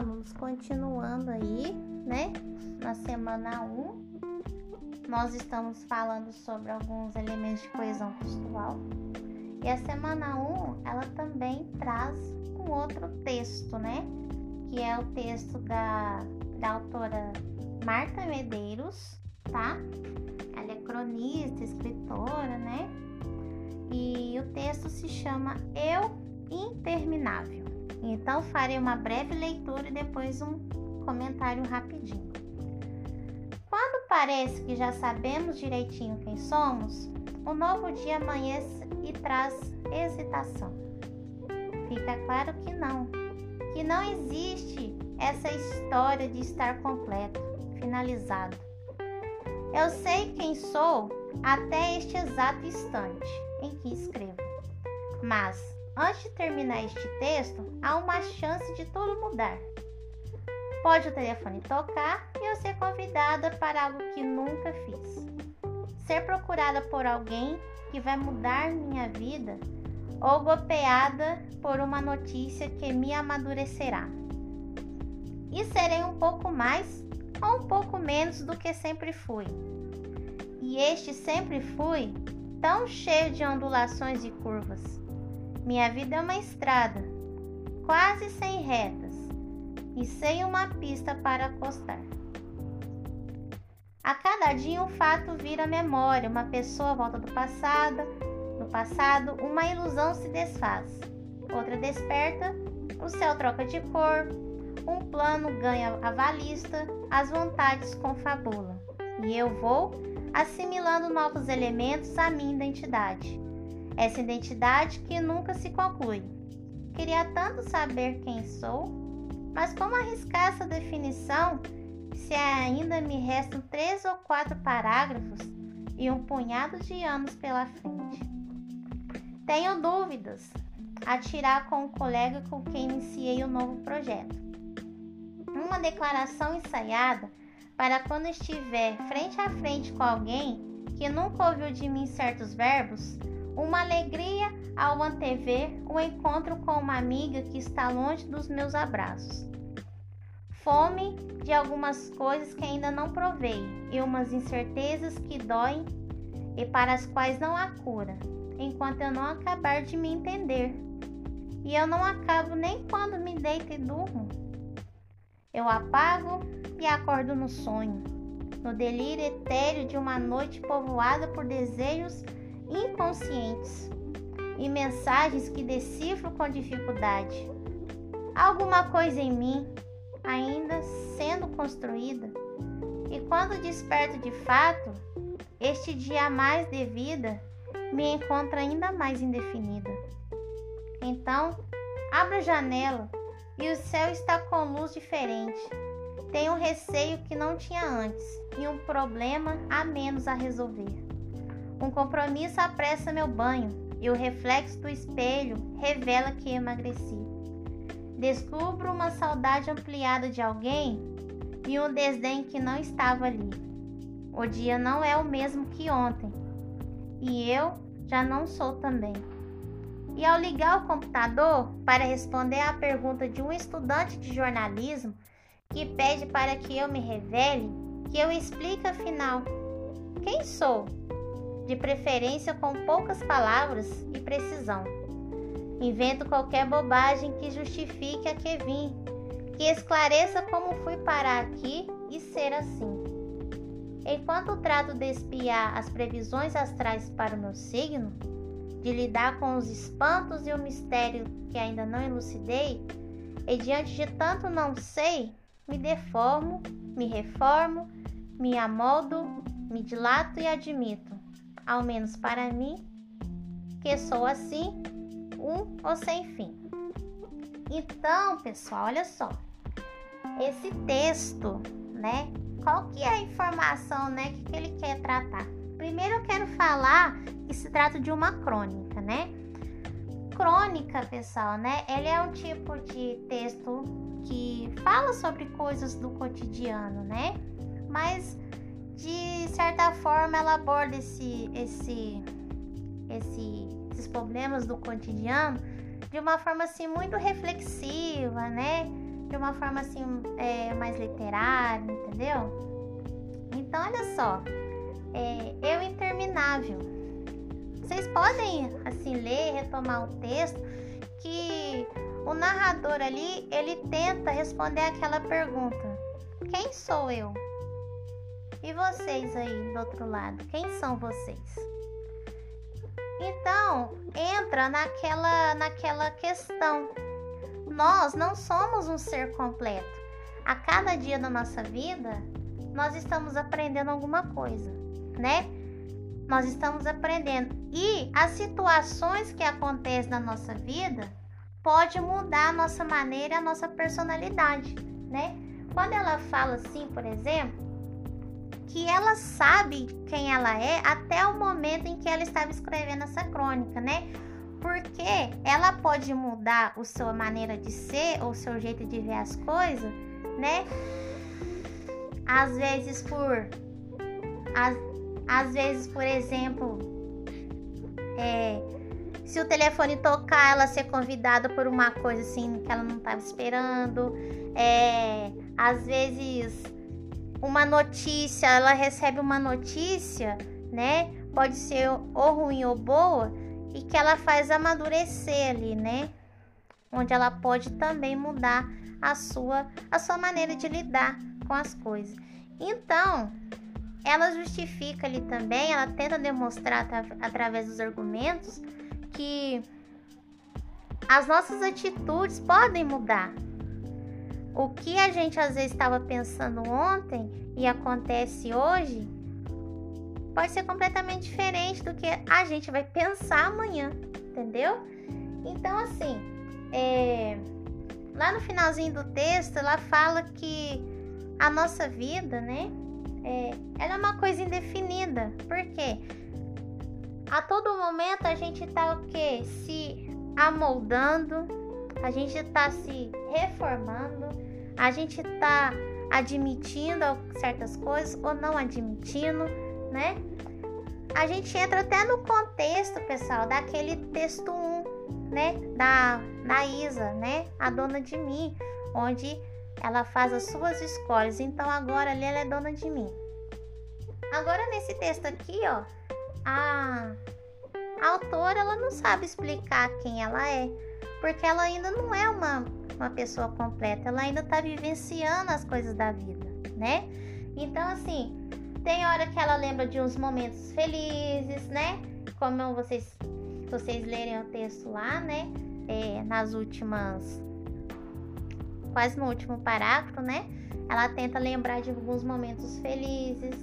alunos, continuando aí, né, na semana 1, nós estamos falando sobre alguns elementos de coesão textual. E a semana 1, ela também traz um outro texto, né, que é o texto da autora Marta Medeiros, tá? Ela é cronista, escritora, né? E o texto se chama Eu Interminável. Então, farei uma breve leitura e depois um comentário rapidinho. Quando parece que já sabemos direitinho quem somos, o novo dia amanhece e traz hesitação. Fica claro que não existe essa história de estar completo, finalizado. Eu sei quem sou até este exato instante em que escrevo, mas antes de terminar este texto, há uma chance de tudo mudar. Pode o telefone tocar e eu ser convidada para algo que nunca fiz. Ser procurada por alguém que vai mudar minha vida ou golpeada por uma notícia que me amadurecerá. E serei um pouco mais ou um pouco menos do que sempre fui. E este sempre fui tão cheio de ondulações e curvas. Minha vida é uma estrada, quase sem retas e sem uma pista para acostar. A cada dia um fato vira memória, uma pessoa volta do passado, uma ilusão se desfaz, outra desperta, o céu troca de cor, um plano ganha a valista, as vontades confabulam, e eu vou assimilando novos elementos à minha identidade. Essa identidade que nunca se conclui. Queria tanto saber quem sou, mas como arriscar essa definição se ainda me restam 3 ou 4 parágrafos e um punhado de anos pela frente? Tenho dúvidas a tirar com o colega com quem iniciei o novo projeto. Uma declaração ensaiada para quando estiver frente a frente com alguém que nunca ouviu de mim certos verbos, uma alegria ao antever o encontro com uma amiga que está longe dos meus abraços. Fome de algumas coisas que ainda não provei e umas incertezas que doem e para as quais não há cura, enquanto eu não acabar de me entender. E eu não acabo nem quando me deito e durmo. Eu apago e acordo no sonho, no delírio etéreo de uma noite povoada por desejos inconscientes e mensagens que decifro com dificuldade. Alguma coisa em mim ainda sendo construída, e quando desperto de fato, este dia a mais de vida me encontra ainda mais indefinida. Então, abro a janela e o céu está com luz diferente. Tenho um receio que não tinha antes e um problema a menos a resolver. Um compromisso apressa meu banho e o reflexo do espelho revela que emagreci. Descubro uma saudade ampliada de alguém e um desdém que não estava ali. O dia não é o mesmo que ontem e eu já não sou também. E ao ligar o computador para responder à pergunta de um estudante de jornalismo que pede para que eu me revele, que eu explique afinal quem sou, de preferência com poucas palavras e precisão. Invento qualquer bobagem que justifique a que vim, que esclareça como fui parar aqui e ser assim. Enquanto trato de espiar as previsões astrais para o meu signo, de lidar com os espantos e o mistério que ainda não elucidei, e diante de tanto não sei, me deformo, me reformo, me amoldo, me dilato e admito, ao menos para mim, que sou assim, um ou sem fim. Então, pessoal, olha só, esse texto, né, qual que é a informação, né, que ele quer tratar? Primeiro eu quero falar que se trata de uma crônica, né? Crônica, pessoal, né? Ele é um tipo de texto que fala sobre coisas do cotidiano, né? Mas, de certa forma, ela aborda esses problemas do cotidiano de uma forma, assim, muito reflexiva, né? de uma forma assim mais literária, entendeu? Então, olha só, Eu Interminável. Vocês podem assim ler, retomar o texto, que o narrador ali, ele tenta responder aquela pergunta: quem sou eu? E vocês aí do outro lado, quem são vocês? Então, entra naquela questão. Nós não somos um ser completo. A cada dia da nossa vida, nós estamos aprendendo alguma coisa, né? Nós estamos aprendendo. E as situações que acontecem na nossa vida pode mudar a nossa maneira e a nossa personalidade, né? Quando ela fala assim, por exemplo, que ela sabe quem ela é até o momento em que ela estava escrevendo essa crônica, né? Porque ela pode mudar a sua maneira de ser ou o seu jeito de ver as coisas, né? Às vezes, por exemplo, se o telefone tocar, ela ser convidada por uma coisa assim que ela não estava esperando. Às vezes, uma notícia, ela recebe uma notícia, né? Pode ser ou ruim ou boa, e que ela faz amadurecer ali, né? Onde ela pode também mudar a sua maneira de lidar com as coisas. Então, ela justifica ali também, ela tenta demonstrar através dos argumentos que as nossas atitudes podem mudar. O que a gente às vezes estava pensando ontem e acontece hoje pode ser completamente diferente do que a gente vai pensar amanhã, entendeu? Então, assim, lá no finalzinho do texto, ela fala que a nossa vida, né, ela é uma coisa indefinida. Por quê? A todo momento a gente tá o quê? Se amoldando, a gente tá se reformando, a gente tá admitindo certas coisas ou não admitindo, né? A gente entra até no contexto, pessoal, daquele texto 1, né? Da Isa, né? A dona de mim, onde ela faz as suas escolhas. Então agora ali ela é dona de mim. Agora nesse texto aqui, ó, a autora, ela não sabe explicar quem ela é, porque ela ainda não é uma pessoa completa, ela ainda tá vivenciando as coisas da vida, né? Então, assim, tem hora que ela lembra de uns momentos felizes, né? Como vocês lerem o texto lá, né? Quase no último parágrafo, né? Ela tenta lembrar de alguns momentos felizes,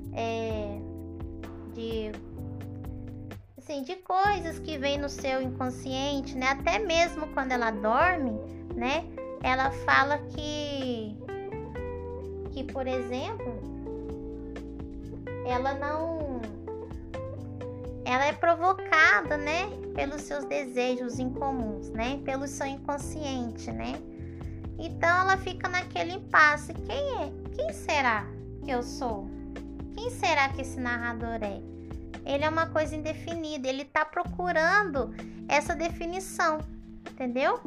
de coisas que vêm no seu inconsciente, né? Até mesmo quando ela dorme, né? Ela fala que por exemplo, ela é provocada, né? Pelos seus desejos incomuns, né? Pelo seu inconsciente, né? Então ela fica naquele impasse. Quem será que eu sou? Quem será que esse narrador é? Ele é uma coisa indefinida, ele tá procurando essa definição, entendeu?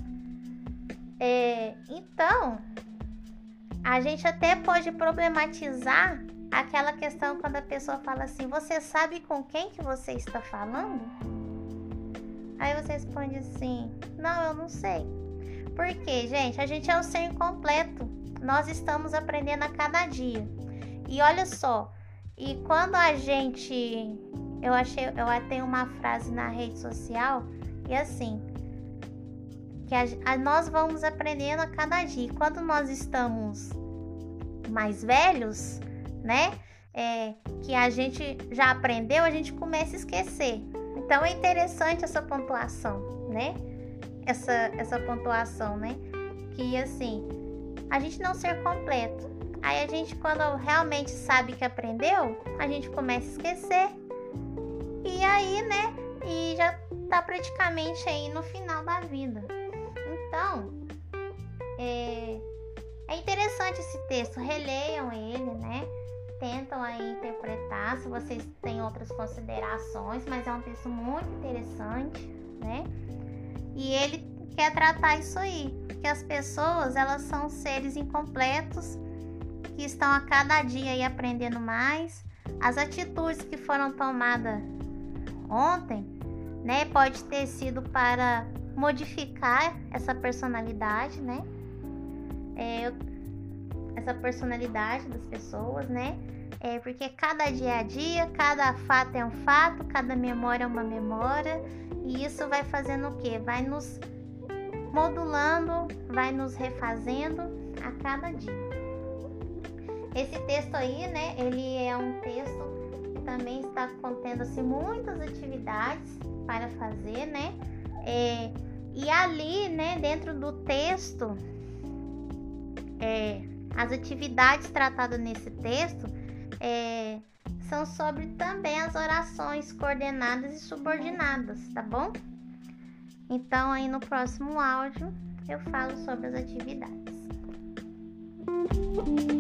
Então, a gente até pode problematizar aquela questão quando a pessoa fala assim: você sabe com quem que você está falando? Aí você responde assim: não, eu não sei. Por quê, gente? A gente é um ser incompleto. Nós estamos aprendendo a cada dia. E olha só, e quando a gente... Eu tenho uma frase na rede social, e assim, que nós vamos aprendendo a cada dia. E quando nós estamos mais velhos, né, que a gente já aprendeu, a gente começa a esquecer. Então é interessante essa pontuação, né? Essa pontuação, né? Que assim, a gente não ser completo. Aí a gente, quando realmente sabe que aprendeu, a gente começa a esquecer. E aí, né? E já tá praticamente aí no final da vida. Então, é interessante esse texto. Releiam ele, né? Tentam aí interpretar, se vocês têm outras considerações, mas é um texto muito interessante, né? E ele quer tratar isso aí, que as pessoas, elas são seres incompletos, que estão a cada dia aí aprendendo mais. As atitudes que foram tomadas ontem, né, pode ter sido para modificar essa personalidade, né? Essa personalidade das pessoas, né? Porque cada dia é dia, cada fato é um fato, cada memória é uma memória, e isso vai fazendo o quê? Vai nos modulando, vai nos refazendo a cada dia. Esse texto aí, né, ele é um texto que também está contendo assim, muitas atividades para fazer, né? E ali, né, dentro do texto, as atividades tratadas nesse texto são sobre também as orações coordenadas e subordinadas, tá bom? Então, aí no próximo áudio eu falo sobre as atividades.